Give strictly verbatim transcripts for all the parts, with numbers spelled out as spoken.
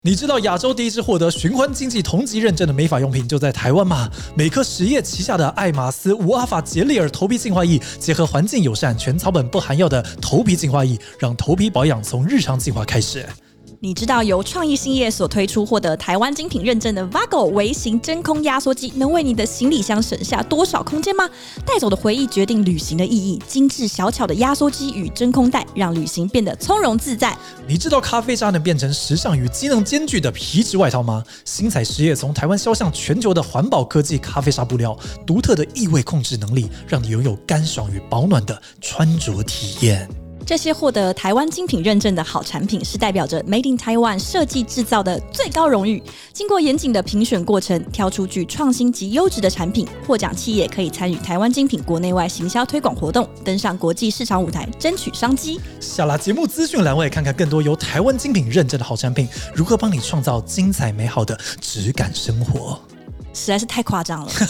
你知道亚洲第一支获得循环经济同级认证的美发用品就在台湾吗？美科实业旗下的艾玛斯无阿法杰利尔头皮净化液，结合环境友善、全草本不含药的头皮净化液，让头皮保养从日常净化开始。 你知道由创意兴业所推出获得台湾精品认证的 Vago 微型真空压缩机，能为你的行李箱省下多少空间吗？带走的回忆决定旅行的意义，精致小巧的压缩机与真空袋，让旅行变得从容自在。 你知道咖啡渣能变成时尚与机能兼具的皮质外套吗？新彩实业从台湾销向全球的环保科技咖啡沙布料，独特的异味控制能力，让你拥有干爽与保暖的穿着体验。 这些获得台湾精品认证的好产品，是代表着 Made in Taiwan 设计制造的最高荣誉。经过严谨的评选过程，挑出具创新及优质的产品，获奖企业可以参与台湾精品国内外行销推广活动，登上国际市场舞台，争取商机。 下拉节目资讯栏位看看更多由台湾精品认证的好产品，如何帮你创造精彩美好的质感生活。 实在是太夸张了。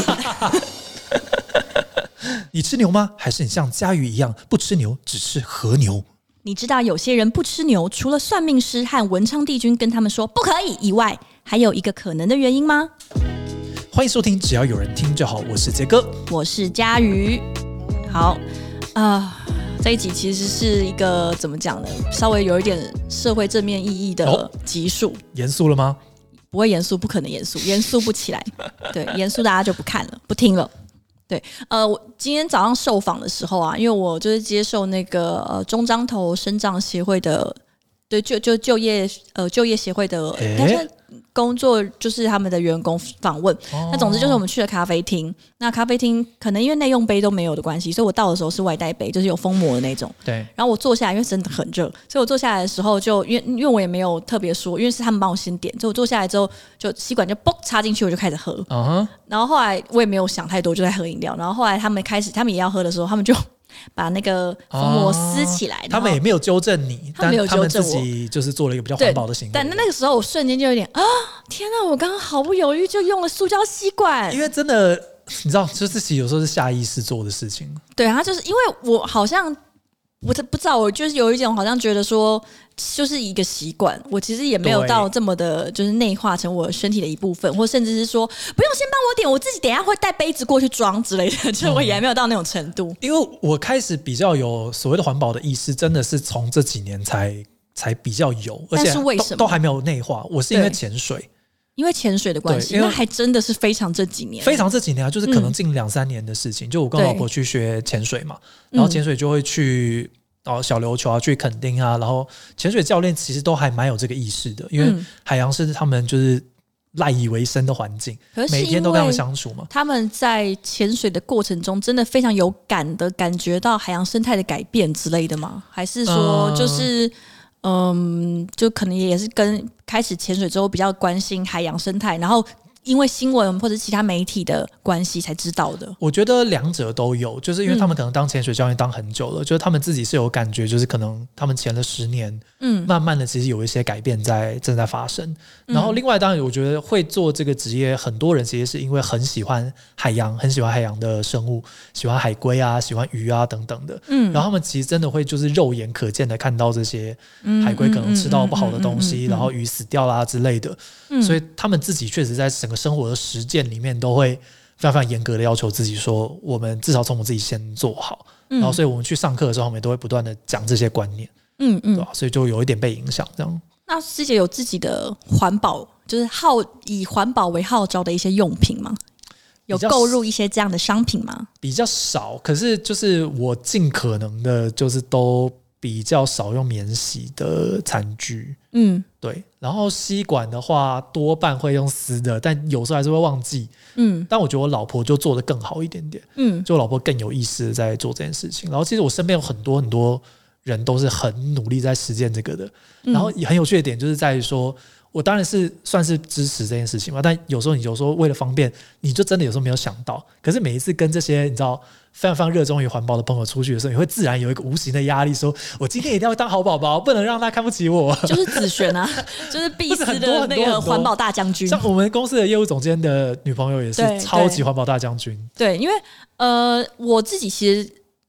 你吃牛吗？还是你像佳瑜一样不吃牛，只吃和牛？ 你知道有些人不吃牛，除了算命师和文昌帝君跟他们说不可以以外，还有一个可能的原因吗？ 欢迎收听，只要有人听就好。我是杰哥， 我是佳瑜。好啊、呃，这一集其实是一个怎么讲呢？稍微有一点社会正面意义的集数。哦、 严肃了吗？ 不会严肃，不可能严肃，严肃不起来。对，严肃大家就不看了，不听了。对，呃，我今天早上受访的时候啊，因为我就是接受那个呃中彰投身障协会的，对，就就就业呃就业协会的，他现在工作就是他们的员工访问。哦、那总之就是我们去了咖啡厅，那咖啡厅可能因为内用杯都没有的关系，所以我到的时候是外带杯，就是有封膜的那种。 对。 然后我坐下来，因为真的很热，所以我坐下来的时候就因为因为我也没有特别说，因为是他们帮我先点，所以我坐下来之后就吸管就嘣插进去，我就开始喝。Uh-huh. 然后后来我也没有想太多，就在喝饮料。然后后来他们开始，他们也要喝的时候，他们就把那个封膜撕起来。哦、 他们也没有纠正你， 他们没有纠正我， 但他们自己就是做了一个比较环保的行为。 但那个时候我瞬间就有点啊，天哪！我刚刚毫不犹豫就用了塑胶吸管， 因为真的你知道，就是自己有时候是下意识做的事情。 对啊，就是因为我好像。我不知道，我就是有一种好像觉得说，就是一个习惯，我其实也没有到这么的，就是内化成我身体的一部分，或甚至是说不用先帮我点，我自己等一下会带杯子过去装之类的，就是我也还没有到那种程度。 嗯、因为我开始比较有所谓的环保的意识，真的是从这几年才才比较有，而且但是为什么都, 都还没有内化？我是因为潜水。 因为潜水的关系，那还真的是非常这几年， 非常这几年啊，就是可能近两三年的事情。嗯、就我跟老婆去学潜水嘛，然后潜水就会去。然后小琉球啊，去垦丁啊，然后潜水教练其实都还蛮有这个意识的，因为海洋是他们就是赖以为生的环境，每天都跟他们相处嘛。 他们在潜水的过程中，真的非常有感的感觉到海洋生态的改变之类的吗？还是说就是嗯, 嗯，就可能也是跟开始潜水之后比较关心海洋生态，然后。因为新闻或者其他媒体的关系才知道的。 我觉得两者都有，就是因为他们可能当潜水教练当很久了，嗯、就是他们自己是有感觉，就是可能他们潜了十年，嗯，慢慢的其实有一些改变在正在发生。嗯、然后另外当然我觉得会做这个职业，很多人其实是因为很喜欢海洋，很喜欢海洋的生物，喜欢海龟啊，喜欢鱼啊等等的。嗯，然后他们其实真的会就是肉眼可见的看到这些海龟可能吃到不好的东西，然后鱼死掉啦之类的。嗯、所以他们自己确实在整个生活的实践里面都会非常非常严格的要求自己说，我们至少从我们自己先做好。嗯、然后所以我们去上课的时候，我们也都会不断的讲这些观念。嗯嗯，对吧？所以就有一点被影响这样。 那师姐有自己的环保，就是号以环保为号召的一些用品吗？有购入一些这样的商品吗？ 比较少，可是就是我尽可能的，就是都比较少用免洗的餐具。嗯，对。然后吸管的话，多半会用丝的，但有时候还是会忘记。嗯，但我觉得我老婆就做得更好一点点。嗯，就我老婆更有意识的在做这件事情。然后其实我身边有很多很多人都是很努力在实践这个的。然后也很有趣的点就是在于说，我当然是算是支持这件事情嘛，但有时候你有时候为了方便，你就真的有时候没有想到。可是每一次跟这些你知道非常非常热衷于环保的朋友出去的时候，你会自然有一个无形的压力，说我今天一定要当好宝宝，不能让他看不起我。 就是子璇啊，就是必思的那个环保大将军。 像我们公司的业务总监的女朋友也是超级环保大将军。 对，对，因为呃，我自己其实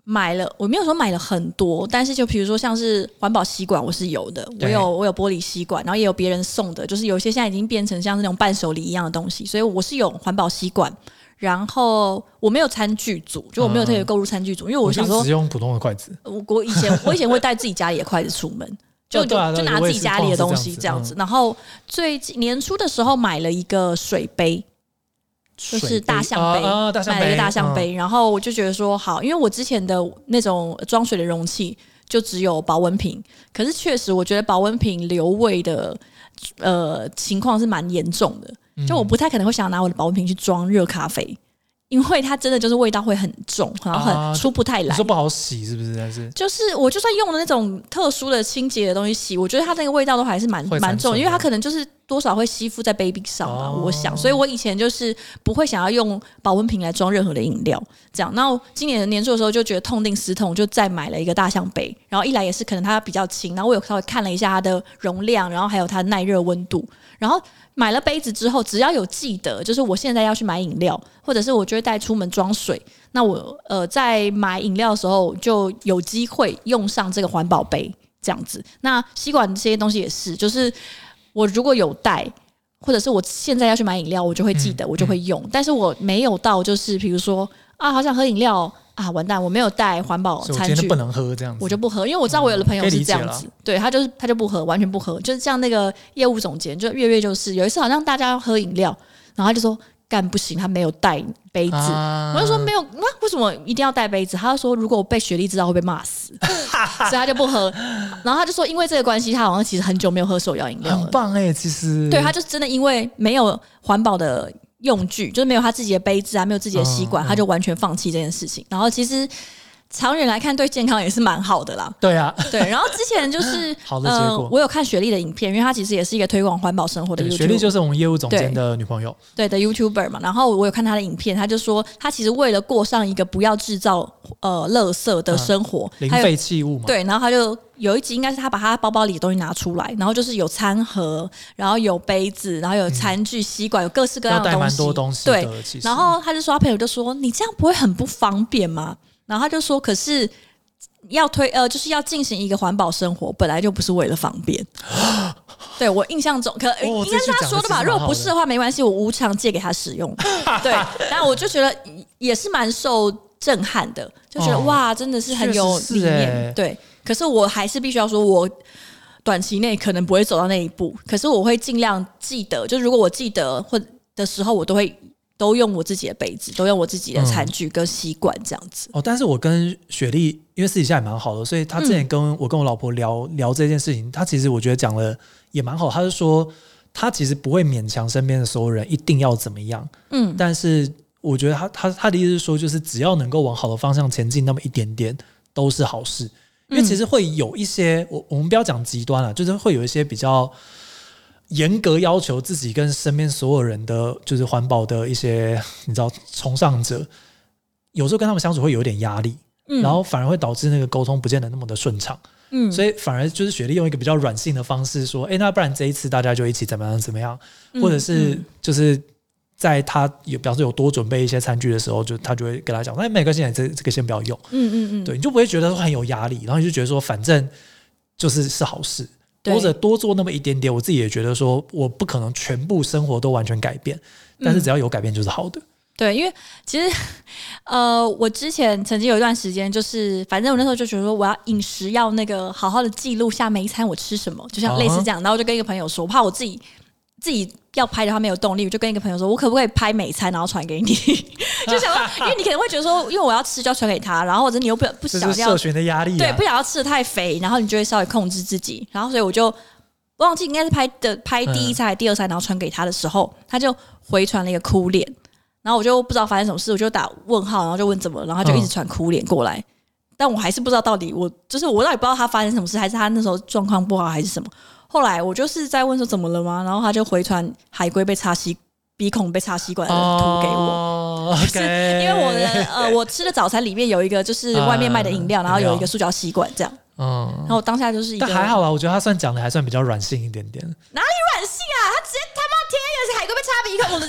买了，我没有说买了很多，但是就比如说像是环保吸管，我是有的，我有我有玻璃吸管，然后也有别人送的，就是有些现在已经变成像是那种伴手礼一样的东西，所以我是有环保吸管。然后我没有餐具组，就我没有特别购入餐具组，因为我想说我只用普通的筷子。 我我以前我以前会带自己家里的筷子出门，就就就拿自己家里的东西这样子。然后最近年初的时候买了一个水杯，就是大象杯， 啊啊、 买了一个大象杯。嗯、然后我就觉得说好，因为我之前的那种装水的容器就只有保温瓶，可是确实我觉得保温瓶留味的呃情况是蛮严重的。就我不太可能会想拿我的保温瓶去装热咖啡，因为它真的就是味道会很重，然后很出不太来。 你说不好洗是不是？但是就是我就算用的那种特殊的清洁的东西洗，我觉得它那个味道都还是蛮蛮重，因为它可能就是多少会吸附在杯壁上嘛。哦、我想，所以我以前就是不会想要用保温瓶来装任何的饮料，这样。然后今年的年初的时候就觉得痛定思痛，就再买了一个大象杯。然后一来也是可能它比较轻，然后我有稍微看了一下它的容量，然后还有它的耐热温度，然后。买了杯子之后，只要有记得，就是我现在要去买饮料，或者是我就会带出门装水，那我呃在买饮料的时候就有机会用上这个环保杯这样子。那吸管这些东西也是，就是我如果有带，或者是我现在要去买饮料，我就会记得，嗯、我就会用。嗯、但是我没有到，就是比如说啊，好想喝饮料。啊，完蛋！我没有带环保餐具，我今天不能喝这样子， 我就不喝，因为我知道我有的朋友是这样子，嗯、对他就是他就不喝，完全不喝，就是像那个业务总监，就月月就是有一次好像大家要喝饮料，然后他就说干不行，他没有带杯子，啊、我就说没有，那为什么一定要带杯子？他就说如果我被雪莉知道会被骂死，所以他就不喝。然后他就说因为这个关系，他好像其实很久没有喝手摇饮料了， 很棒哎、欸，其实对他就是真的因为没有环保的。用具就是没有他自己的杯子啊，没有自己的吸管，嗯嗯、他就完全放弃这件事情。然后其实长远来看，对健康也是蛮好的啦。 对啊， 对。然后之前就是好的结果、呃， 我有看雪莉的影片，因为她其实也是一个推广环保生活的 YouTuber。 雪莉就是我们业务总监的女朋友， 对, 对的 YouTuber 嘛。然后我有看她的影片，她就说她其实为了过上一个不要制造呃垃圾的生活， 嗯、零废弃物嘛。 对，然后她就。有一集应该是他把他包包里的东西拿出来，然后就是有餐盒，然后有杯子，然后有餐具、吸管，有各式各样的东西。 要带蛮多东西的， 对。然后他就说，他朋友就说：“你这样不会很不方便吗？”然后他就说：“可是要推呃，就是要进行一个环保生活，本来就不是为了方便。”对我印象中，可、哦、应该是他说的吧？如果不是的话，没关系，我无偿借给他使用。对，但我就觉得也是蛮受震撼的，就觉得、哦、哇，真的是很有理念，对。可是我还是必须要说，我短期内可能不会走到那一步。可是我会尽量记得，就是如果我记得或的时候，我都会都用我自己的杯子，都用我自己的餐具跟吸管这样子。 哦，但是我跟雪莉因为私底下也蛮好的，所以她之前跟、嗯、我跟我老婆聊聊这件事情，她其实我觉得讲了也蛮好。她是说，她其实不会勉强身边的所有人一定要怎么样，嗯，但是我觉得她她她的意思是说，就是只要能够往好的方向前进那么一点点，都是好事。因为其实会有一些，我我们不要讲极端了，就是会有一些比较严格要求自己跟身边所有人的，就是环保的一些你知道崇尚者，有时候跟他们相处会有点压力，嗯、然后反而会导致那个沟通不见得那么的顺畅。嗯，所以反而就是雪莉用一个比较软性的方式说，哎，那不然这一次大家就一起怎么样怎么样，或者是就是在他有表示有多准备一些餐具的时候，就他就会跟他讲，那没关系，这这个先不要用。嗯嗯嗯，对，你就不会觉得说很有压力，然后你就觉得说反正就是是好事，或者多做那么一点点，我自己也觉得说我不可能全部生活都完全改变，但是只要有改变就是好的。嗯对，因为其实，呃，我之前曾经有一段时间，就是反正我那时候就觉得说，我要饮食要那个好好的记录下每一餐我吃什么，就像类似这样。Uh-huh. 然后我就跟一个朋友说，我怕我自己自己要拍的话没有动力，我就跟一个朋友说，我可不可以拍每餐然后传给你？就想说，因为你可能会觉得说，因为我要吃就要传给他，然后或者你又不不想要这是社群的压力、啊， 对，不想要吃的太肥，然后你就会稍微控制自己，然后所以我就忘记应该是拍的拍第一餐还是第二餐，然后传给他的时候，他就回传了一个哭脸。然后我就不知道发生什么事，我就打问号，然后就问怎么了，然后他就一直传哭脸过来、嗯，但我还是不知道到底我就是我到底不知道他发生什么事，还是他那时候状况不好还是什么。后来我就是在问说怎么了吗？然后他就回传海龟被插吸鼻孔被插吸管的图给我，哦、就是因为我的呃我吃的早餐里面有一个就是外面卖的饮料、嗯，然后有一个塑胶吸管这样。嗯，然后我当下就是一个， 但还好啦，我觉得他算讲的还算比较软性一点点。 哪里软性啊？他直接他妈贴一个海龟被插鼻孔的照片给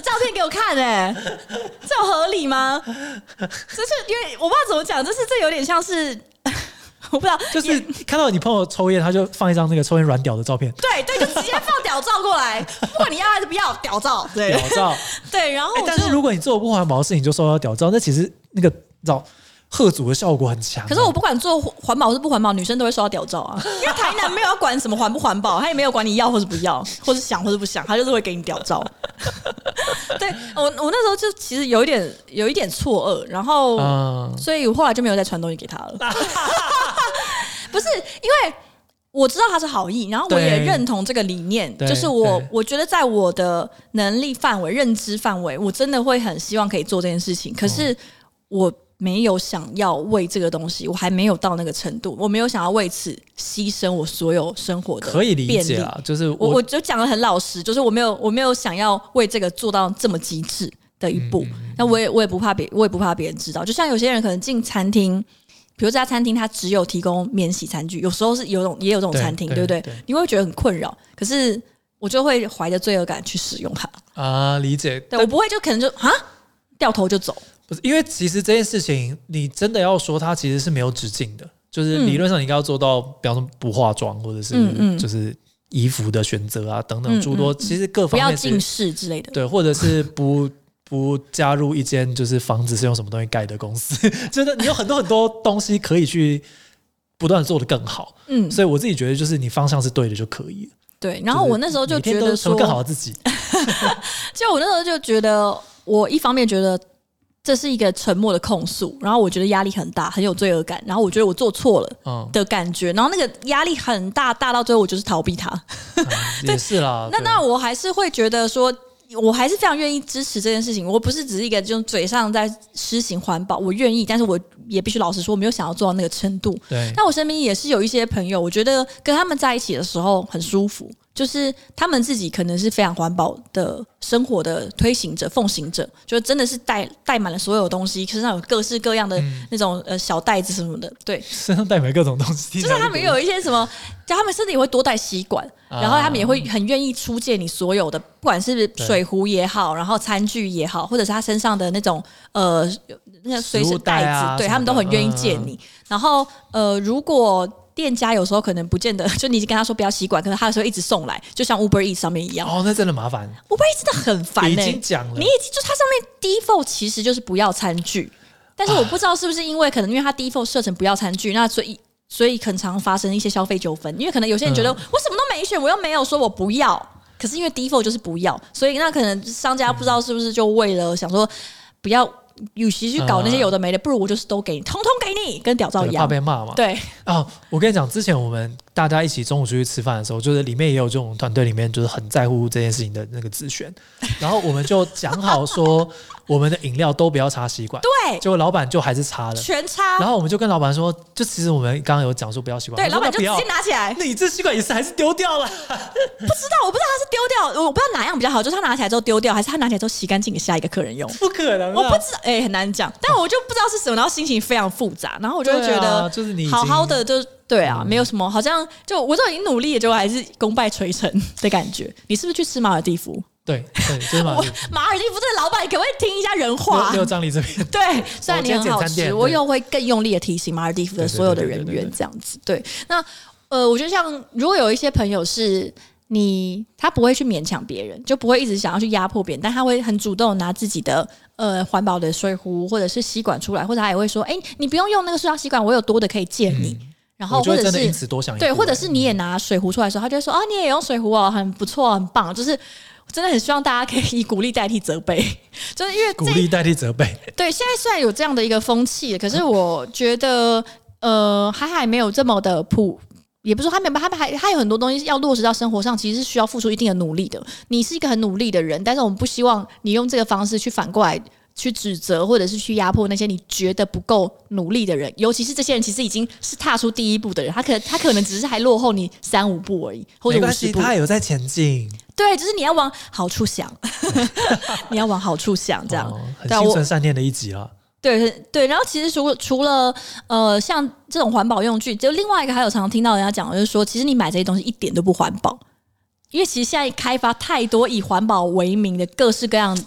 有看哎、欸，这有合理吗？这是因为我不知道怎么讲，就是这有点像是。我不知道， 就是看到你朋友抽烟，他就放一张那个抽烟软屌的照片。 对对，就直接放屌照过来，不管你要还是不要，屌照。对， 屌照。 对，然后、欸、 但是如果你做不环保的事情就收到屌照，那其实那个你知道贺阻的效果很强。 可是我不管做环保或是不环保，女生都会收到屌照啊，因为台南没有要管什么环不环保，他也没有管你要或是不要，或是想或是不想，他就是会给你屌照。对我，我那时候就其实有一点有一点错愕，然后、嗯、所以我后来就没有再传东西给他了。不是因为我知道他是好意，然后我也认同这个理念，就是我我觉得在我的能力范围、认知范围，我真的会很希望可以做这件事情。可是我没有想要为这个东西，我还没有到那个程度，我没有想要为此牺牲我所有生活的便利。 可以理解啦，就是 我, 我, 我就讲得很老实，就是我没有我没有想要为这个做到这么极致的一步。那、嗯、我也我也不怕别我也不怕别人知道，就像有些人可能进餐厅。比如这家餐厅它只有提供免洗餐具，有时候是有种也有这种餐厅， 对, 对不 对, 对？你会觉得很困扰，可是我就会怀着罪恶感去使用它啊，理解。 对，我不会就可能就啊掉头就走， 不是因为其实这件事情你真的要说它其实是没有止境的，就是理论上你应该要做到，比方说不化妆或者是就是衣服的选择啊等等诸多，嗯嗯嗯其实各方面不要近视之类的， 对，或者是不。不加入一间就是房子是用什么东西盖的公司，就是你有很多很多东西可以去不断的做得更好，嗯，所以我自己觉得就是你方向是对的就可以了。 对，然后我那时候就觉得说， 更好的自己。 就我那时候就觉得，我一方面觉得这是一个沉默的控诉，然后我觉得压力很大，很有罪恶感，然后我觉得我做错了的感觉，嗯、然后那个压力很大，大到最后我就是逃避它。 嗯、也是啦， 那那我还是会觉得说。我还是非常愿意支持这件事情，我不是只是一个就嘴上在施行环保，我愿意，但是我也必须老实说，我没有想要做到那个程度。 对， 那我身边也是有一些朋友，我觉得跟他们在一起的时候很舒服，就是他们自己可能是非常环保的生活的推行者、奉行者，就真的是带带满了所有东西，身上有各式各样的那种、嗯、呃小袋子什么的，对， 身上带满各种东西， 就是他们有一些什么，就他们甚至也会多带吸管。然后他们也会很愿意出借你所有的，不管是水壶也好，然后餐具也好，或者是他身上的那种呃那个随身袋子， 啊、 对他们都很愿意借你。嗯、然后呃，如果店家有时候可能不见得，就你跟他说不要吸管，可是他有时候一直送来，就像 Uber Eats 上面一样。 哦，那真的麻烦。 Uber Eats 真的很烦欸， 已经讲了， 你已经就它上面 default 其实就是不要餐具，但是我不知道是不是因为可能因为它 default 设成不要餐具，那所以。所以很常发生一些消费纠纷，因为可能有些人觉得、嗯、我什么都没选，我又没有说我不要，可是因为 default 就是不要，所以那可能商家不知道是不是就为了想说不要，与其去搞那些有的没的，不如我就是都给你，通通给你，跟屌照一样， 怕被骂嘛。 对啊，我跟你讲，之前我们大家一起中午出去吃饭的时候，就是里面也有这种团队里面就是很在乎这件事情的那个子璇，然后我们就讲好说。我们的饮料都不要插吸管， 对， 结果老板就还是插了， 全插。 然后我们就跟老板说，就其实我们刚刚有讲说不要吸管， 对，老板就直接拿起来。 那你这吸管也是还是丢掉了？ 不知道，我不知道他是丢掉，我不知道哪样比较好，就是他拿起来之后丢掉，还是他拿起来之后洗干净给下一个客人用？ 不可能、啊， 我不知道，哎、欸，很难讲。但我就不知道是什么，然后心情非常复杂，然后我就会觉得， 啊、就是你好好的就对啊，嗯、没有什么，好像就我都已经努力了，结果还是功败垂成的感觉。你是不是去吃马尔地夫？ 对对，就是马尔地夫。 马尔地夫这个老板，可不可以听一下人话？ 六张里这边。 对，虽然你很好吃，我又会更用力的提醒马尔地夫的所有的人员这样子。对，那呃，我觉得像如果有一些朋友是你，他不会去勉强别人，就不会一直想要去压迫别人，但他会很主动拿自己的呃环保的水壶或者是吸管出来，或者他也会说，哎，你不用用那个塑料吸管，我有多的可以借你。嗯然后或者是因此多想一步， 对，或者是你也拿水壶出来的时候，他就会说啊，你也用水壶哦，很不错，很棒。就是真的很希望大家可以以鼓励代替责备，就是因为鼓励代替责备。 对，现在虽然有这样的一个风气，可是我觉得呃，还还没有这么的普。也不是说他没有，他还他有很多东西要落实到生活上，其实是需要付出一定的努力的。你是一个很努力的人，但是我们不希望你用这个方式去反过来。去指责或者是去压迫那些你觉得不够努力的人，尤其是这些人其实已经是踏出第一步的人，他可他可能只是还落后你三五步而已，或者五十步， 他有在前进。 对，只是你要往好处想，你要往好处想，这样、哦、 很心存善念的一集啦。 对对，然后其实除除了呃像这种环保用具，就另外一个还有常常听到人家讲的就是说，其实你买这些东西一点都不环保，因为其实现在开发太多以环保为名的各式各样。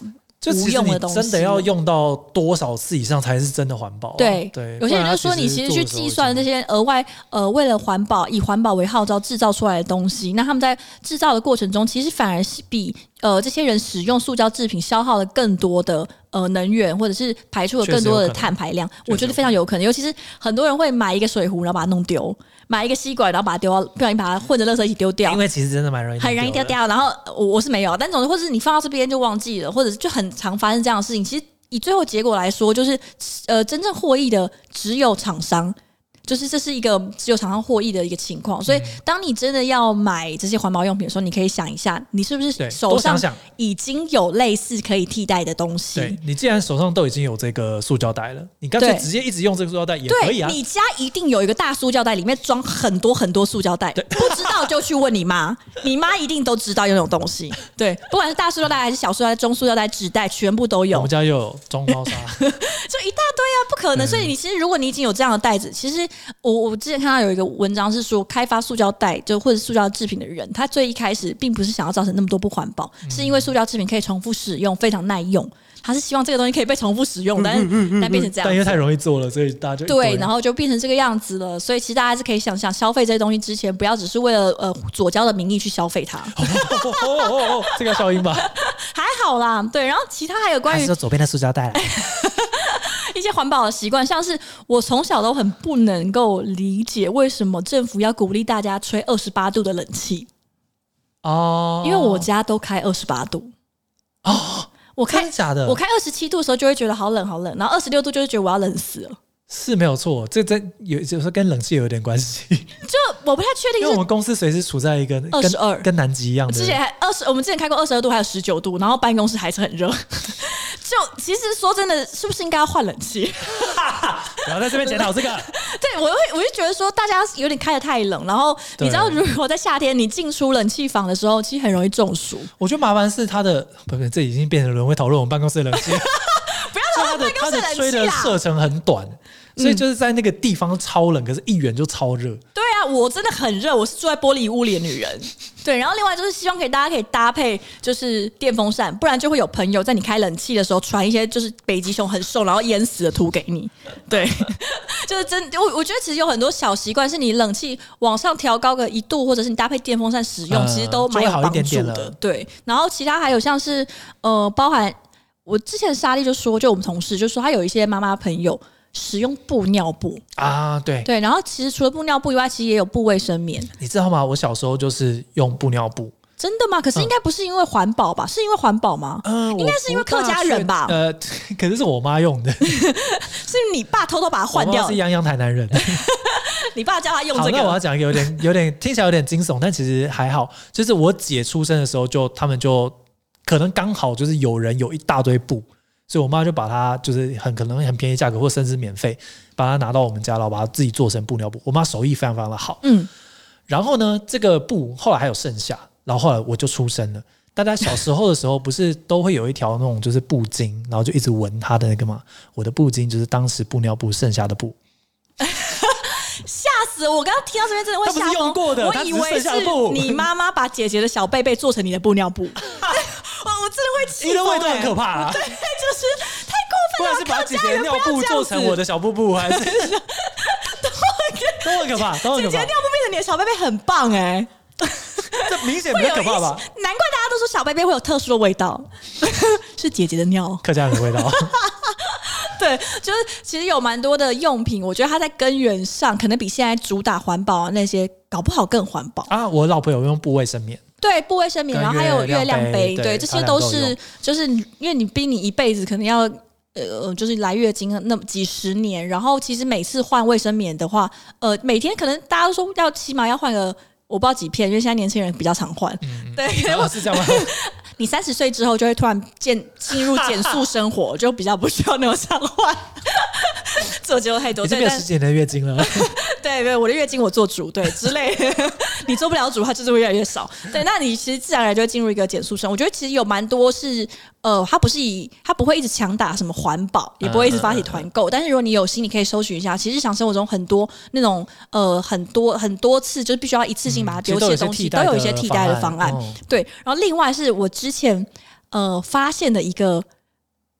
无用的东西， 真的要用到多少次以上才是真的环保、啊？ 对对， 有些人就说你其实去计算这些额外呃为了环保以环保为号召制造出来的东西，那他们在制造的过程中，其实反而是比呃这些人使用塑胶制品消耗了更多的呃能源，或者是排出了更多的碳排量，我觉得非常有可能。尤其是很多人会买一个水壶，然后把它弄丢。买一个吸管，然后把它丢到，不小心把它混着垃圾一起丢掉。 因为其实真的蛮容易， 很容易丢掉。然后我我是没有，但总之，或者是你放到这边就忘记了，或者是就很常发生这样的事情。其实以最后结果来说，就是呃，真正获益的只有厂商。就是这是一个只有厂商获益的一个情况，所以当你真的要买这些环保用品的时候，你可以想一下，你是不是手上已经有类似可以替代的东西？ 对，你既然手上都已经有这个塑胶袋了，你干脆直接一直用这个塑胶袋也可以啊。 对，你家一定有一个大塑胶袋，里面装很多很多塑胶袋，不知道就去问你妈，你妈一定都知道有那种东西。对，不管是大塑胶袋还是小塑胶袋、中塑胶袋、纸袋，全部都有。 我们家又有中高沙， 就一大堆啊，不可能。所以你其实如果你已经有这样的袋子，其实我我之前看到有一个文章是说，开发塑胶袋就或者塑胶制品的人，他最一开始并不是想要造成那么多不环保，嗯、是因为塑胶制品可以重复使用，非常耐用。他是希望这个东西可以被重复使用，但是、嗯嗯嗯、但变成这样， 但因为太容易做了，所以大家就对，然后就变成这个样子了。所以其实大家是可以想想，消费这些东西之前，不要只是为了呃左交的名义去消费它。 哦哦哦哦，这个消音吧， 还好啦。对，然后其他还有关于还是左边的塑胶袋一些环保的习惯，像是我从小都很不能够理解为什么政府要鼓励大家吹二十八度的冷气哦，因为我家都开二十八度哦。 我开真的假的？ 我开二十七度的时候就会觉得好冷好冷，然后二十六度就会觉得我要冷死了。 是没有错，这真有有时候跟冷气有点关系。 就我不太确定是， 因为我们公司随时处在一个二十二跟南极一样的。 之前还二十，我们之前开过二十二度，还有十九度，然后办公室还是很热。就其实说真的，是不是应该要换冷气？ 不要在这边检讨这个。 对，我会我就觉得说，大家有点开得太冷，然后你知道，如果在夏天你进出冷气房的时候，其实很容易中暑。 我觉得麻烦是它的，不不，这已经变成人会讨论我们办公室的冷气。 不要讨论办公室冷气啦， 它的吹的射程很短。所以就是在那个地方超冷，可是一远就超热。 对啊，我真的很热，我是住在玻璃屋里的女人。对，然后另外就是希望可以大家可以搭配就是电风扇，不然就会有朋友在你开冷气的时候传一些就是北极熊很瘦然后淹死的图给你。对，就是真我我觉得其实有很多小习惯是你冷气往上调高个一度，或者是你搭配电风扇使用，呃、其实都蛮有帮助的。点点对，然后其他还有像是呃，包含我之前莎莉就说，就我们同事就说他有一些妈妈朋友。使用布尿布啊，对对，然后其实除了布尿布以外，其实也有布卫生棉。 你知道吗？我小时候就是用布尿布。 真的吗？可是应该不是因为环保吧？嗯、是因为环保吗？嗯、呃，应该是因为客家人吧？ 呃，可是是我妈用的， 是你爸偷偷把它换掉。 我妈是泱泱台南人， 你爸叫他用这个。 好，那我要讲一个有点有点听起来有点惊悚，但其实还好。就是我姐出生的时候就，就他们就可能刚好就是有人有一大堆布。所以我妈就把它就是很可能很便宜价格或甚至免费把它拿到我们家，然后把它自己做成布尿布。我妈手艺非常非常的好，嗯。然后呢，这个布后来还有剩下，然后后来我就出生了。大家小时候的时候不是都会有一条那种就是布巾，然后就一直闻它的那个嘛。我的布巾就是当时布尿布剩下的布。 吓死我！我刚刚听到这边真的会吓疯。 他不是用过的， 我以为是你妈妈把姐姐的小贝贝做成你的布尿布。我真的会气疯、欸， 味道很可怕啊！ 对，就是太过分了。 不然是把姐姐的尿布做成我的小布布，还是都很可怕，都很可怕。姐姐的尿布变成你的小贝贝，很棒哎、欸！ 这明显比较可怕吧？ 难怪大家都说小贝贝会有特殊的味道，是姐姐的尿， 客家人的味道。 对，就是其实有蛮多的用品，我觉得它在根源上可能比现在主打环保啊那些，搞不好更环保啊！我老婆有用布卫生棉。 对，布卫生棉，然后还有月亮杯， 对, 对，这些都是就是因为你逼你一辈子可能要呃，就是来月经那么几十年，然后其实每次换卫生棉的话，呃，每天可能大家都说要起码要换个我不知道几片，因为现在年轻人比较常换，嗯、对， 哦、是这样吗？ 你三十岁之后就会突然进进入减速生活，就比较不需要那么常换。做结果太多， 已经没有十几年的月经了。 对对，我的月经我做主，对之类的。你做不了主，它就是会越来越少。对，那你其实自然而然就会进入一个减速生。我觉得其实有蛮多是呃，它不是以它不会一直强打什么环保，也不会一直发起团购。嗯、但是如果你有心，你可以搜寻一下，其实日常生活中很多那种呃很多很多次，就是必须要一次性把它丢弃的东西，嗯、都有一些替代的方案。哦、对，然后另外是我之前呃发现的一个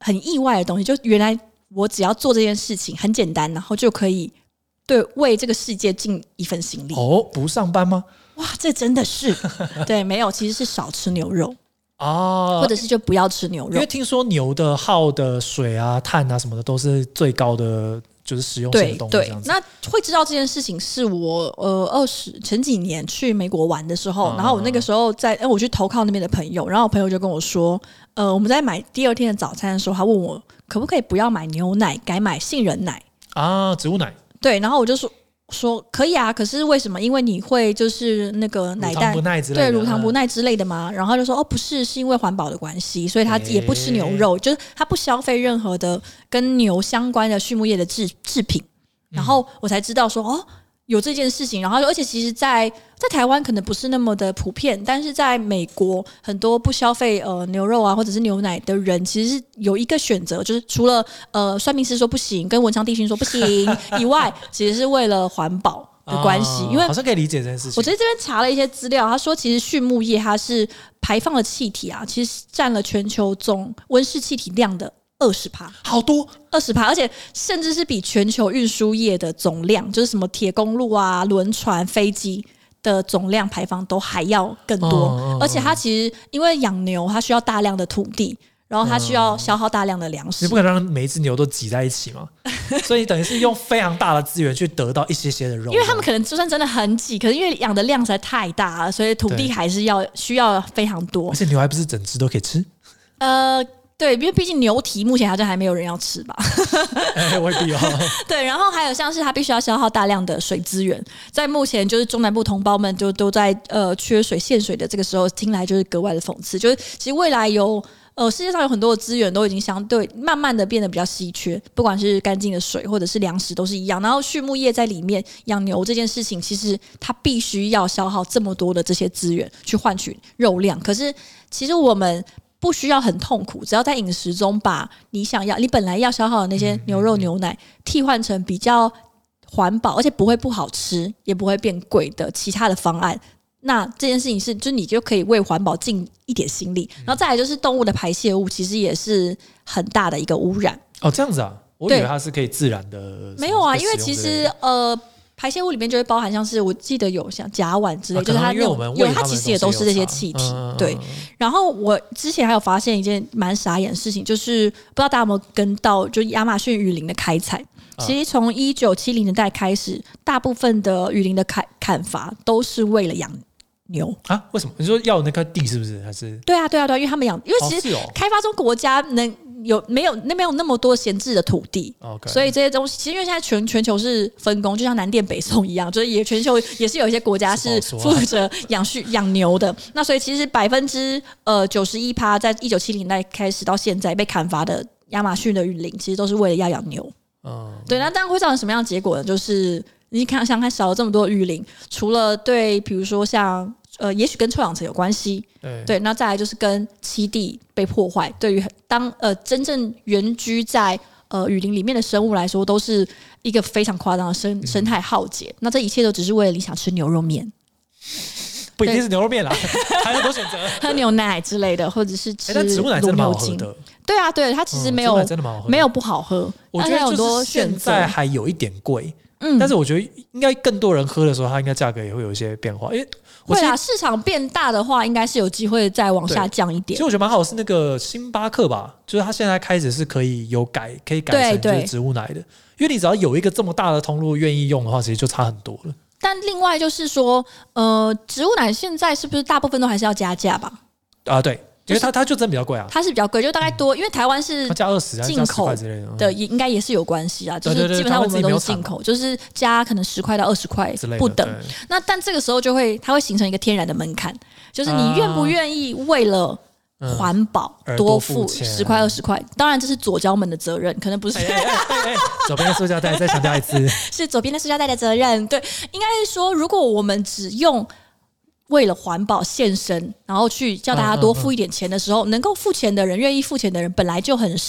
很意外的东西，就原来我只要做这件事情很简单，然后就可以对为这个世界尽一份心力。 哦，不上班吗？ 哇，这真的是对，没有，其实是少吃牛肉啊， 或者是就不要吃牛肉， 因为听说牛的耗的水啊、碳啊什么的都是最高的，就是食用性的动物这样子。 对对，那会知道这件事情是我呃二十前几年去美国玩的时候，嗯、然后我那个时候在，呃、我去投靠那边的朋友，然后我朋友就跟我说，呃，我们在买第二天的早餐的时候，他问我可不可以不要买牛奶，改买杏仁奶啊，植物奶。 对，然后我就说。说可以啊，可是为什么？因为你会就是那个奶蛋乳糖不耐之类的， 对乳糖不耐之类的吗？然后他就说哦，不是，是因为环保的关系，所以他也不吃牛肉，欸、就是他不消费任何的跟牛相关的畜牧业的制制品。然后我才知道说哦，有这件事情。然后而且其实在，在在台湾可能不是那么的普遍，但是在美国很多不消费呃牛肉啊或者是牛奶的人，其实是有一个选择，就是除了呃算命师说不行，跟文昌帝君说不行以外，其实是为了环保的关系。啊、因为好像可以理解这件事情。 我在这边查了一些资料，他说其实畜牧业它是排放的气体啊，其实占了全球总温室气体量的。二十趴， 好多二十趴，而且甚至是比全球运输业的总量，就是什么铁公路啊、轮船、飞机的总量排放都还要更多。哦、而且它其实因为养牛，它需要大量的土地，然后它需要消耗大量的粮食。 你不可能让每一只牛都挤在一起嘛？所以等于是用非常大的资源去得到一些些的肉。 因为他们可能就算真的很挤，可是因为养的量实在太大了，所以土地还是要需要非常多。 而且牛还不是整只都可以吃。 呃。对，因为毕竟牛蹄目前好像还没有人要吃吧。 哎，未必哦。 对，然后还有像是它必须要消耗大量的水资源，在目前就是中南部同胞们就都在呃缺水限水的这个时候，听来就是格外的讽刺。就是其实未来有呃世界上有很多的资源都已经相对慢慢的变得比较稀缺，不管是干净的水或者是粮食都是一样。然后畜牧业在里面养牛这件事情，其实它必须要消耗这么多的这些资源去换取肉量。可是其实我们不需要很痛苦，只要在饮食中把你想要、你本来要消耗的那些牛肉、牛奶替换成比较环保，而且不会不好吃，也不会变贵的其他的方案。那这件事情是，就是你就可以为环保尽一点心力。然后再来就是动物的排泄物，其实也是很大的一个污染。 哦，这样子啊，我以为它是可以自然的。 没有啊，因为其实呃。排泄物里面就会包含像是我记得有像甲烷之类， 啊、 就是它那种有它其实也都是这些气体。嗯、对，然后我之前还有发现一件蛮傻眼的事情，就是不知道大家有没有跟到，就亚马逊雨林的开采。其实从一九七零年代开始，大部分的雨林的砍砍伐都是为了养牛啊？为什么？你说要有那块地是不是？还是？ 对啊，对啊，对啊，因为他们养，因为其实开发中国家能。有没有那没有那么多闲置的土地， okay. 所以这些东西其实因为现在全全球是分工，就像南电北送一样，就是也全球也是有一些国家是负责养畜养牛的。那所以其实百分之呃九十一趴，在一九七零年代开始到现在被砍伐的亚马逊的雨林，其实都是为了要养牛。嗯，对，那当然会造成什么样的结果呢？就是你看，想看少了这么多雨林，除了对，比如说像。呃，也许跟臭氧层有关系，对，对，那再来就是跟栖地被破坏，对于当呃真正原居在呃雨林里面的生物来说，都是一个非常夸张的生生态浩劫。嗯、那这一切都只是为了你想吃牛肉面， 不一定是牛肉面啦，还有很多选择， 喝牛奶之类的，或者是吃但植物奶真的蛮好喝的。 对啊，对，它其实没有、嗯、真的蛮好喝，没有不好喝。 我觉得就是现在还有一点贵。嗯，但是我觉得应该更多人喝的时候，它应该价格也会有一些变化，因为会啦，市场变大的话，应该是有机会再往下降一点。 其实我觉得蛮好，是那个星巴克吧，就是它现在开始是可以有改，可以改成就是植物奶的，因为你只要有一个这么大的通路愿意用的话，其实就差很多了。 但另外就是说，呃，植物奶现在是不是大部分都还是要加价吧？ 啊，对。因为它它就真比较贵啊， 它是比较贵，就大概多，因为台湾是加二十、 进口的，也应该也是有关系啊。就是基本上我们都是进口，就是加可能十块到二十块不等。那但这个时候就会它会形成一个天然的门槛，就是你愿不愿意为了环保多付十块二十块？当然这是左交们的责任，可能不是。 左边的塑胶袋，再强调一次， 是左边的塑胶袋的责任。对，应该是说，如果我们只用。为了环保献身，然后去叫大家多付一点钱的时候，嗯嗯嗯能够付钱的人、愿意付钱的人本来就很少。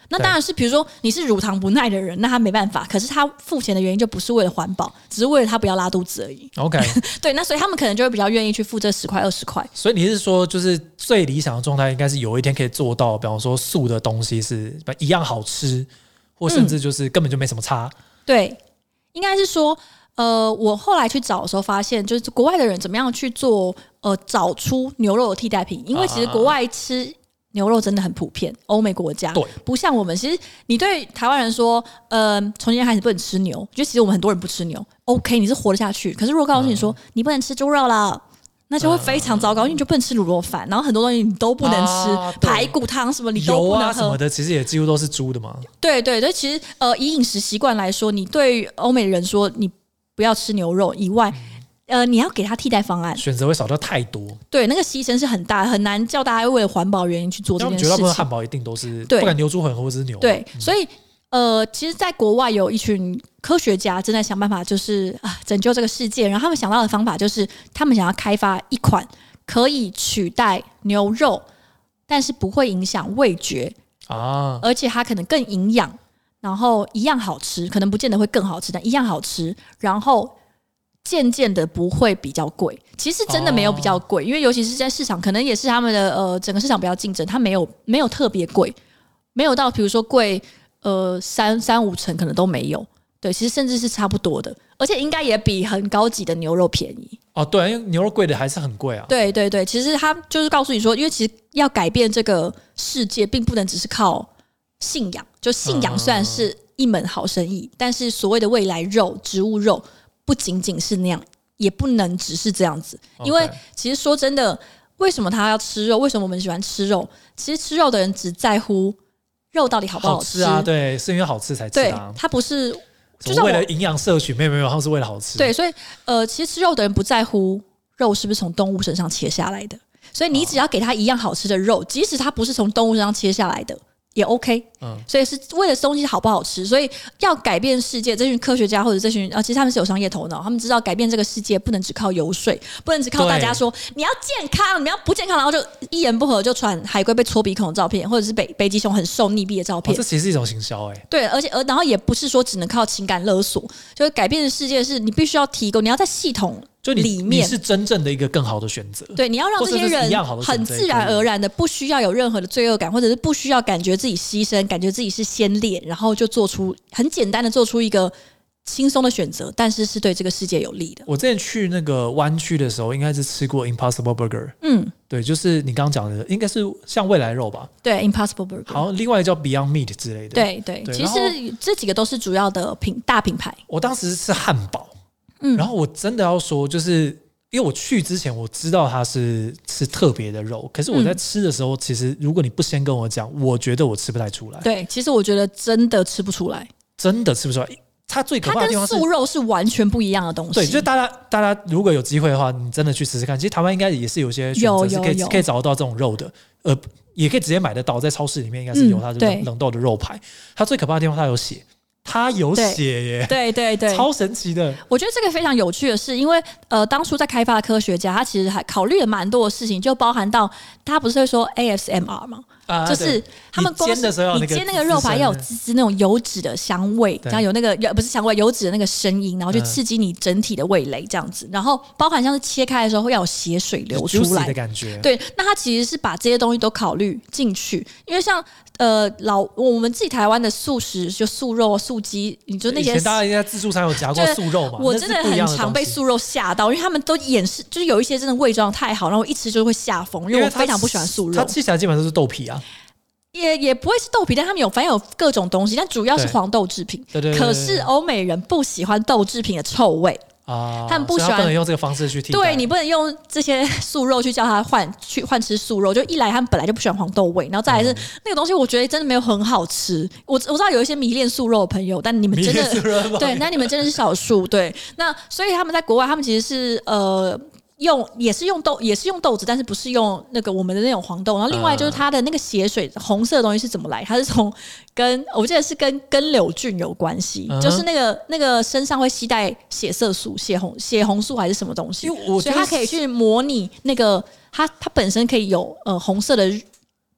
那当然是比如说你是乳糖不耐的人，那他没办法，可是他付钱的原因就不是为了环保，只是为了他不要拉肚子而已。 OK 对，那所以他们可能就会比较愿意去付这十块二十块。 所以你是说就是最理想的状态应该是有一天可以做到，比方说素的东西是一样好吃，或甚至就是根本就没什么差、嗯、 对，应该是说呃，我后来去找的时候发现，就是国外的人怎么样去做呃找出牛肉的替代品，因为其实国外吃牛肉真的很普遍，欧美国家不像我们。其实你对台湾人说，呃，从今天开始不能吃牛，就其实我们很多人不吃牛 ，OK， 你是活得下去。可是如果告诉你说、嗯、你不能吃猪肉了，那就会非常糟糕，因为你就不能吃卤肉饭，然后很多东西你都不能吃，啊、排骨汤什么你都不能喝，油啊什么的，其实也几乎都是猪的嘛。 对对对，其实呃，以饮食习惯来说，你对欧美人说你不要吃牛肉以外。嗯呃，你要给他替代方案， 选择会少掉太多。 对，那个牺牲是很大，很难叫大家为了环保原因去做这件事情。 绝大部分汉堡一定都是，不管牛猪混合或是牛。 对，嗯、所以呃，其实，在国外有一群科学家正在想办法，就是啊，拯救这个世界。然后他们想到的方法就是，他们想要开发一款可以取代牛肉，但是不会影响味觉啊，而且它可能更营养，然后一样好吃，可能不见得会更好吃，但一样好吃，然后。渐渐的不会比较贵，其实真的没有比较贵，哦、因为尤其是在市场，可能也是他们的呃整个市场比较竞争，它没有没有特别贵，没有到比如说贵呃三三五成可能都没有，对，其实甚至是差不多的，而且应该也比很高级的牛肉便宜。 哦，对，因为牛肉贵的还是很贵啊。 对对对，其实他就是告诉你说，因为其实要改变这个世界，并不能只是靠信仰，就信仰虽然是一门好生意，嗯、但是所谓的未来肉、植物肉。不仅仅是那样，也不能只是这样子，因为其实说真的，为什么他要吃肉？为什么我们喜欢吃肉？其实吃肉的人只在乎肉到底好不好吃， 好吃啊，对，是因为好吃才吃啊。 对，他不是就是为了营养摄取，没有没有，他是为了好吃。 对，所以呃，其实吃肉的人不在乎肉是不是从动物身上切下来的，所以你只要给他一样好吃的肉，即使它不是从动物身上切下来的。也 OK，嗯，所以是为了东西好不好吃，所以要改变世界。这群科学家或者这群啊，其实他们是有商业头脑，他们知道改变这个世界不能只靠游说，不能只靠大家说你要健康，你要不健康，然后就一言不合就传海龟被戳鼻孔的照片，或者是北北极熊很瘦溺毙的照片。 哦、这其实是一种行销哎、欸。 对，而且而然后也不是说只能靠情感勒索，就是改变的世界是你必须要提供，你要在系统。 就 你, 里面你是真正的一个更好的选择， 对，你要让这些人很自然而然的，不需要有任何的罪恶感，或者是不需要感觉自己牺牲，感觉自己是先烈，然后就做出很简单的做出一个轻松的选择，但是是对这个世界有利的。 我之前去那个湾区的时候，应该是吃过 Impossible Burger， 嗯，对，就是你刚刚讲的，应该是像未来肉吧？对 ，Impossible Burger， 好，另外一个叫 Beyond Meat 之类的， 对 对, 对，其实这几个都是主要的品大品牌。 我当时是汉堡。嗯，然后我真的要说，就是因为我去之前我知道它是吃特别的肉，可是我在吃的时候，嗯、其实如果你不先跟我讲，我觉得我吃不太出来。 对，其实我觉得真的吃不出来， 真的吃不出来。它最可怕的地方是， 它跟素肉是完全不一样的东西。 对，就是大家大家如果有机会的话，你真的去试试看。其实台湾应该也是有些选择是可以可以找得到这种肉的，呃，也可以直接买得到，在超市里面应该是有它的冷冻的肉排。它最可怕的地方，它有写。它有写耶， 对对 对, 对， 超神奇的。 我觉得这个非常有趣的是，因为呃，当初在开发的科学家，他其实还考虑了蛮多的事情，就包含到他不是会说 A S M R 吗？啊、就是他们光是你煎那个肉排要有滋滋那种油脂的香味，然后有那个不是香味，油脂的那个声音，然后去刺激你整体的味蕾这样子。然后包含像是切开的时候会要有血水流出来的感觉。 对，那他其实是把这些东西都考虑进去，因为像。呃，老我们自己台湾的素食就素肉、素鸡，你就那些以前大家应该自助餐有夹过素肉嘛？ 我真的很常被素肉吓到，因为他们都掩饰，就是有一些真的伪装太好，然后我一吃就会下风，因为我非常不喜欢素肉。 它吃起来基本上都是豆皮啊， 也也不会是豆皮，但他们有反正有各种东西，但主要是黄豆制品。 对对对对对。 可是欧美人不喜欢豆制品的臭味。 啊， 他们不喜欢， 不能用这个方式去替代。 对，你不能用这些素肉去叫他换去换吃素肉，就一来他们本来就不喜欢黄豆味，然后再来是、嗯、那个东西，我觉得真的没有很好吃。我我知道有一些迷恋素肉的朋友，但你们真的对，那你们真的是少数。对，那所以他们在国外，他们其实是呃。用也是用豆也是用豆子，但是不是用那个我们的那种黄豆。然后另外就是它的那个血水红色的东西是怎么来？它是从跟我记得是跟根瘤菌有关系，嗯、就是那个那个身上会携带血色素、血红血红素还是什么东西，所以它可以去模拟那个它它本身可以有呃红色的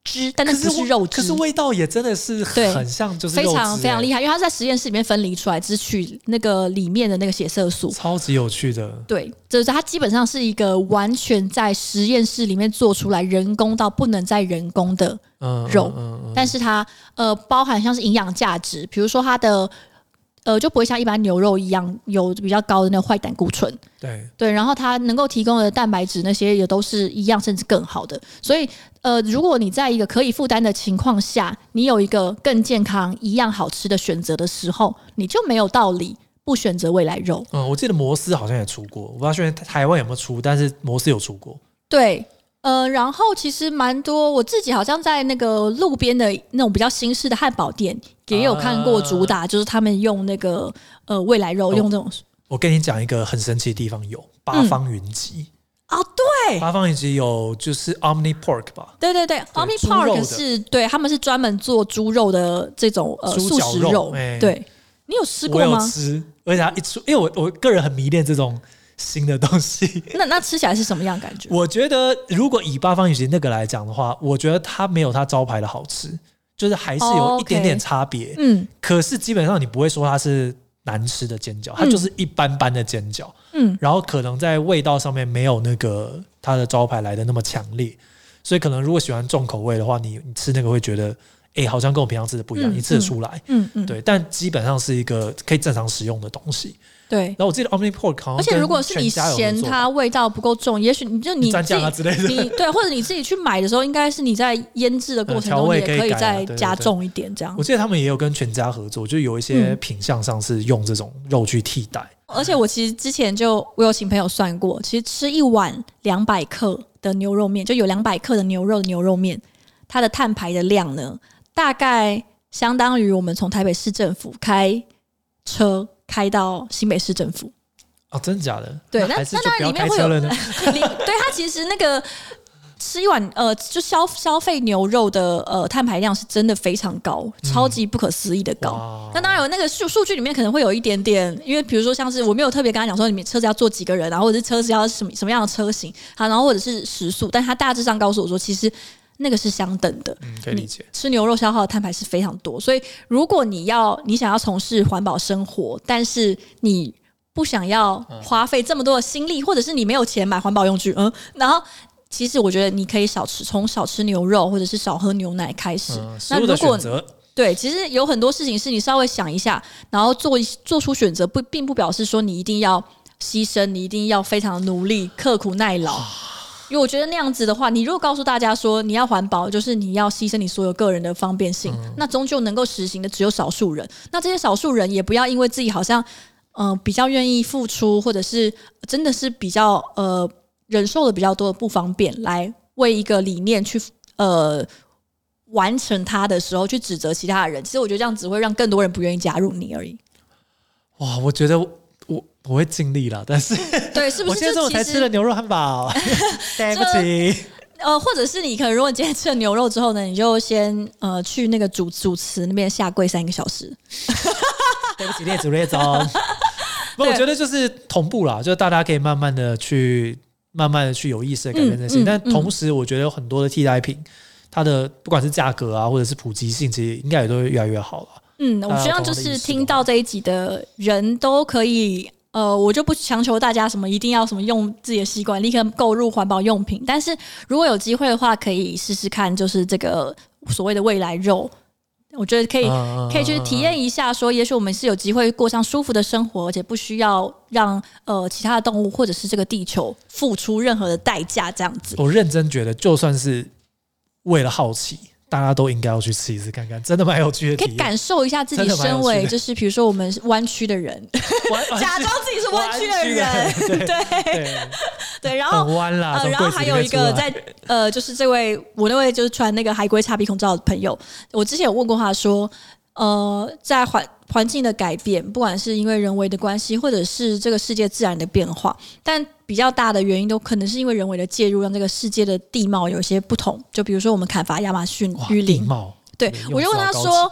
汁，但那不是肉汁， 可是味道也真的是很像就是肉汁、欸、 非常非常厉害，因为它在实验室里面分离出来，只取那个里面的那个血色素， 超级有趣的。 对，就是它基本上是一个完全在实验室里面做出来，人工到不能再人工的肉，嗯嗯嗯嗯、但是它呃包含像是营养价值，比如说它的。呃，就不会像一般牛肉一样有比较高的那个坏胆固醇， 对对，然后它能够提供的蛋白质那些也都是一样，甚至更好的。所以，呃，如果你在一个可以负担的情况下，你有一个更健康、一样好吃的选择的时候，你就没有道理不选择未来肉。 嗯，我记得摩斯好像也出过，我不知道现在台湾有没有出，但是摩斯有出过。 对。呃，然后其实蛮多，我自己好像在那个路边的那种比较新式的汉堡店也有看过主打，啊、就是他们用那个呃未来肉、哦、用这种。 我跟你讲一个很神奇的地方，有八方云集。 嗯、哦，对， 八方云集有就是 Omni Pork 吧？ 对对对 ，Omni Pork 是对，他们是专门做猪肉的这种呃素食肉。欸、对，你有吃过吗？ 我有吃，而且它一出，因为我我个人很迷恋这种。新的东西那那吃起来是什么样的感觉？ 我觉得如果以八方云集那个来讲的话，我觉得它没有它招牌的好吃，就是还是有一点点差别。Oh, okay. 嗯，可是基本上你不会说它是难吃的煎饺，它就是一般般的煎饺。嗯，然后可能在味道上面没有那个它的招牌来的那么强烈，所以可能如果喜欢重口味的话，你你吃那个会觉得。哎、欸，好像跟我平常吃的不一样，嗯、你吃得出来，嗯嗯，对，但基本上是一个可以正常使用的东西， 对。 然后我记得 Omni Pork 好像，而且如果是你嫌它味道不够重，也许你就你蘸酱啊之类的， 你对，或者你自己去买的时候，应该是你在腌制的过程中也可以再加重一点，这样。 我记得他们也有跟全家合作，就有一些品项上是用这种肉去替代。 嗯、而且我其实之前就我有请朋友算过，其实吃一碗两百克的牛肉面，就有两百克的牛肉的牛肉面，它的碳排的量呢？大概相当于我们从台北市政府开车开到新北市政府哦，真的假的？ 对，那那当然里面会有，对它其实那个吃一碗呃，就消消费牛肉的呃碳排量是真的非常高，超级不可思议的高。嗯、那当然有那个数数据里面可能会有一点点，因为比如说像是我没有特别跟他讲说你们车子要坐几个人，然后或者是车子要什么什么样的车型，好，然后或者是时速，但他大致上告诉我说，其实。那个是相等的， 嗯，可以理解。 吃牛肉消耗的碳排是非常多，所以如果你要你想要从事环保生活，但是你不想要花费这么多的心力，或者是你没有钱买环保用具，嗯，然后其实我觉得你可以少吃，从少吃牛肉或者是少喝牛奶开始。 嗯、食物的选择， 对，其实有很多事情是你稍微想一下，然后做做出选择，不并不表示说你一定要牺牲，你一定要非常努力、刻苦耐劳。因为我觉得那样子的话，你如果告诉大家说你要环保，就是你要牺牲你所有个人的方便性，嗯、那终究能够实行的只有少数人。那这些少数人也不要因为自己好像嗯、呃、比较愿意付出，或者是真的是比较呃忍受了比较多的不方便，来为一个理念去呃完成它的时候去指责其他的人。其实我觉得这样只会让更多人不愿意加入你而已。 哇，我觉得我我会尽力啦，但是对，是不是？ 我今天中午才吃了牛肉汉堡，对不起。 呃，或者是你可能，如果今天吃了牛肉之后呢，你就先呃去那个主主持那边下跪三个小时。 对不起，列祖列宗。不，我觉得就是同步啦，就大家可以慢慢的去，慢慢的去有意识的改变这些、嗯嗯。但同时，我觉得有很多的替代品，它的不管是价格啊，或者是普及性，其实应该也都会越来越好了。嗯， 我希望就是听到这一集的人都可以。呃，我就不强求大家什么一定要什么用自己的习惯立刻购入环保用品，但是如果有机会的话，可以试试看，就是这个所谓的未来肉，我觉得可以、嗯、可以去体验一下说，说也许我们是有机会过上舒服的生活，而且不需要让呃其他的动物或者是这个地球付出任何的代价，这样子。 我认真觉得，就算是为了好奇。大家都应该要去吃一次看看，真的蛮有趣的体验， 可以感受一下自己身为就是比如说我们湾区的人，假装自己是湾区的人，对 对, 对, 对，然后很湾啦、呃， 然后还有一个在呃，就是这位我那位就是穿那个海龟插鼻孔罩的朋友，我之前有问过他说，呃，在环环境的改变，不管是因为人为的关系，或者是这个世界自然的变化，但比较大的原因都可能是因为人为的介入，让这个世界的地貌有些不同。就比如说我们砍伐亚马逊雨林， 地貌， 对，我就问他说，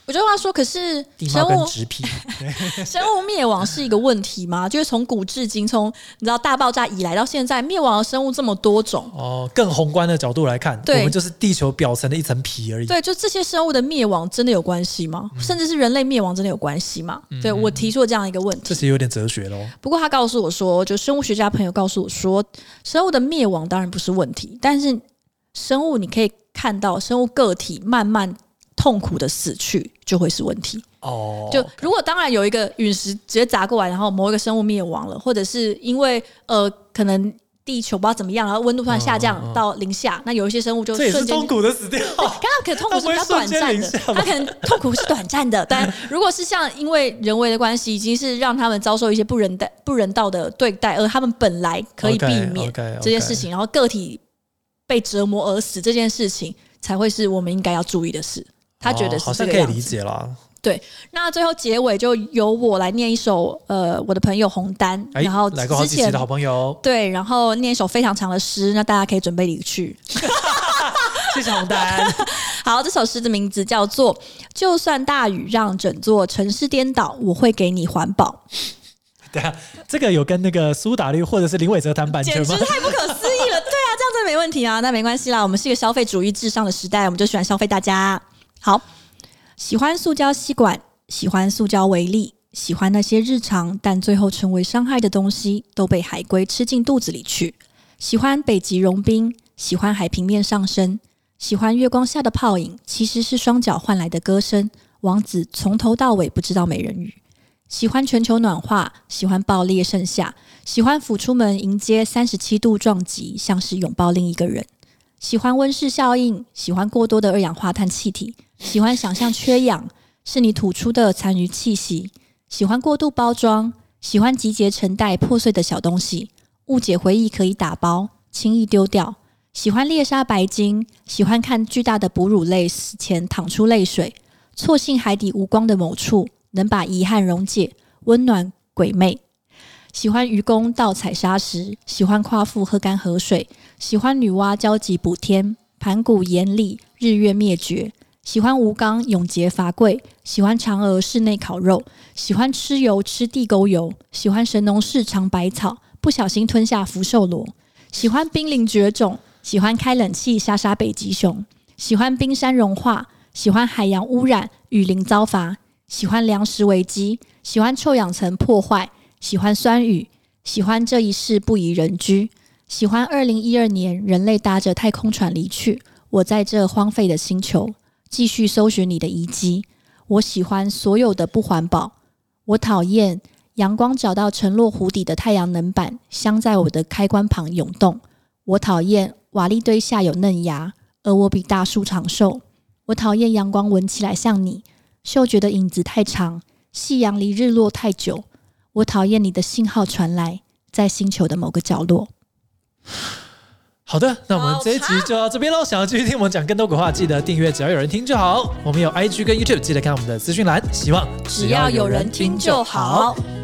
我就话说，可是生物生物灭亡是一个问题吗？就是从古至今，从你知道大爆炸以来到现在，灭亡的生物这么多种哦。更宏观的角度来看，我们就是地球表层的一层皮而已。 对，就这些生物的灭亡真的有关系吗？嗯、甚至是人类灭亡真的有关系吗？嗯、对我提出了这样一个问题， 这其实有点哲学咯。 不过他告诉我说，就生物学家朋友告诉我说，生物的灭亡当然不是问题，但是生物你可以看到生物个体慢慢痛苦的死去就会是问题哦。就如果当然有一个陨石直接砸过来，然后某一个生物灭亡了，或者是因为呃可能地球不知道怎么样，然后温度突然下降到零下，嗯嗯嗯那有一些生物就瞬间这也是痛苦的死掉。 刚刚可能痛苦是比较短暂的，它可能痛苦是短暂的。但如果是像因为人为的关系，已经是让他们遭受一些不人道、不人道的对待，而他们本来可以避免这件事情， okay, okay, okay. 然后个体被折磨而死这件事情，才会是我们应该要注意的事。他觉得是这个样子、哦、好像可以理解啦。 对，那最后结尾就由我来念一首呃我的朋友洪丹，然后来过好几期的好朋友， 对，然后念一首非常长的诗，那大家可以准备离去。 谢谢洪丹。 好，这首诗的名字叫做《就算大雨让整座城市颠倒，我会给你环保》。 对啊，这个有跟那个苏打绿或者是林伟哲谈版权吗？ 简直太不可思议了。对啊，这样真的没问题啊。那没关系啦，我们是一个消费主义至上的时代，我们就喜欢消费大家。好，喜欢塑胶吸管，喜欢塑胶微粒，喜欢那些日常但最后成为伤害的东西都被海龟吃进肚子里去。喜欢北极融冰，喜欢海平面上升，喜欢月光下的泡影，其实是双脚换来的歌声。王子从头到尾不知道美人鱼。喜欢全球暖化，喜欢爆裂盛夏，喜欢俯出门迎接三十七度撞击，像是拥抱另一个人。喜欢温室效应，喜欢过多的二氧化碳气体，喜欢想象缺氧是你吐出的残余气息。喜欢过度包装，喜欢集结成袋破碎的小东西，误解回忆可以打包轻易丢掉。喜欢猎杀白鲸，喜欢看巨大的哺乳类死前淌出泪水，错信海底无光的某处能把遗憾溶解，温暖鬼魅。喜欢渔工盗采砂石，喜欢夸父喝干河水，喜欢女娲交吉补天，盘古延历，日月灭绝。喜欢吴刚永劫罚跪，喜欢嫦娥室内烤肉，喜欢吃油吃地沟油，喜欢神农氏尝百草，不小心吞下福寿螺。喜欢濒临绝种，喜欢开冷气杀杀北极熊，喜欢冰山融化，喜欢海洋污染，雨林遭伐。喜欢粮食危机，喜欢臭氧层破坏，喜欢酸雨，喜欢这一世不宜人居，喜欢二零一二年人类搭着太空船离去，我在这荒废的星球继续搜寻你的遗迹。我喜欢所有的不环保，我讨厌阳光找到沉落湖底的太阳能板镶在我的开关旁涌动，我讨厌瓦砾堆下有嫩芽，而我比大树长寿。我讨厌阳光闻起来像你，嗅觉的影子太长，夕阳离日落太久。我讨厌你的信号传来，在星球的某个角落。 好的，那我们这一集就到这边咯。想要继续听我们讲更多鬼话，记得订阅，只要有人听就好。我们有 I G 跟 YouTube， 记得看我们的资讯栏。希望只要有人听就好。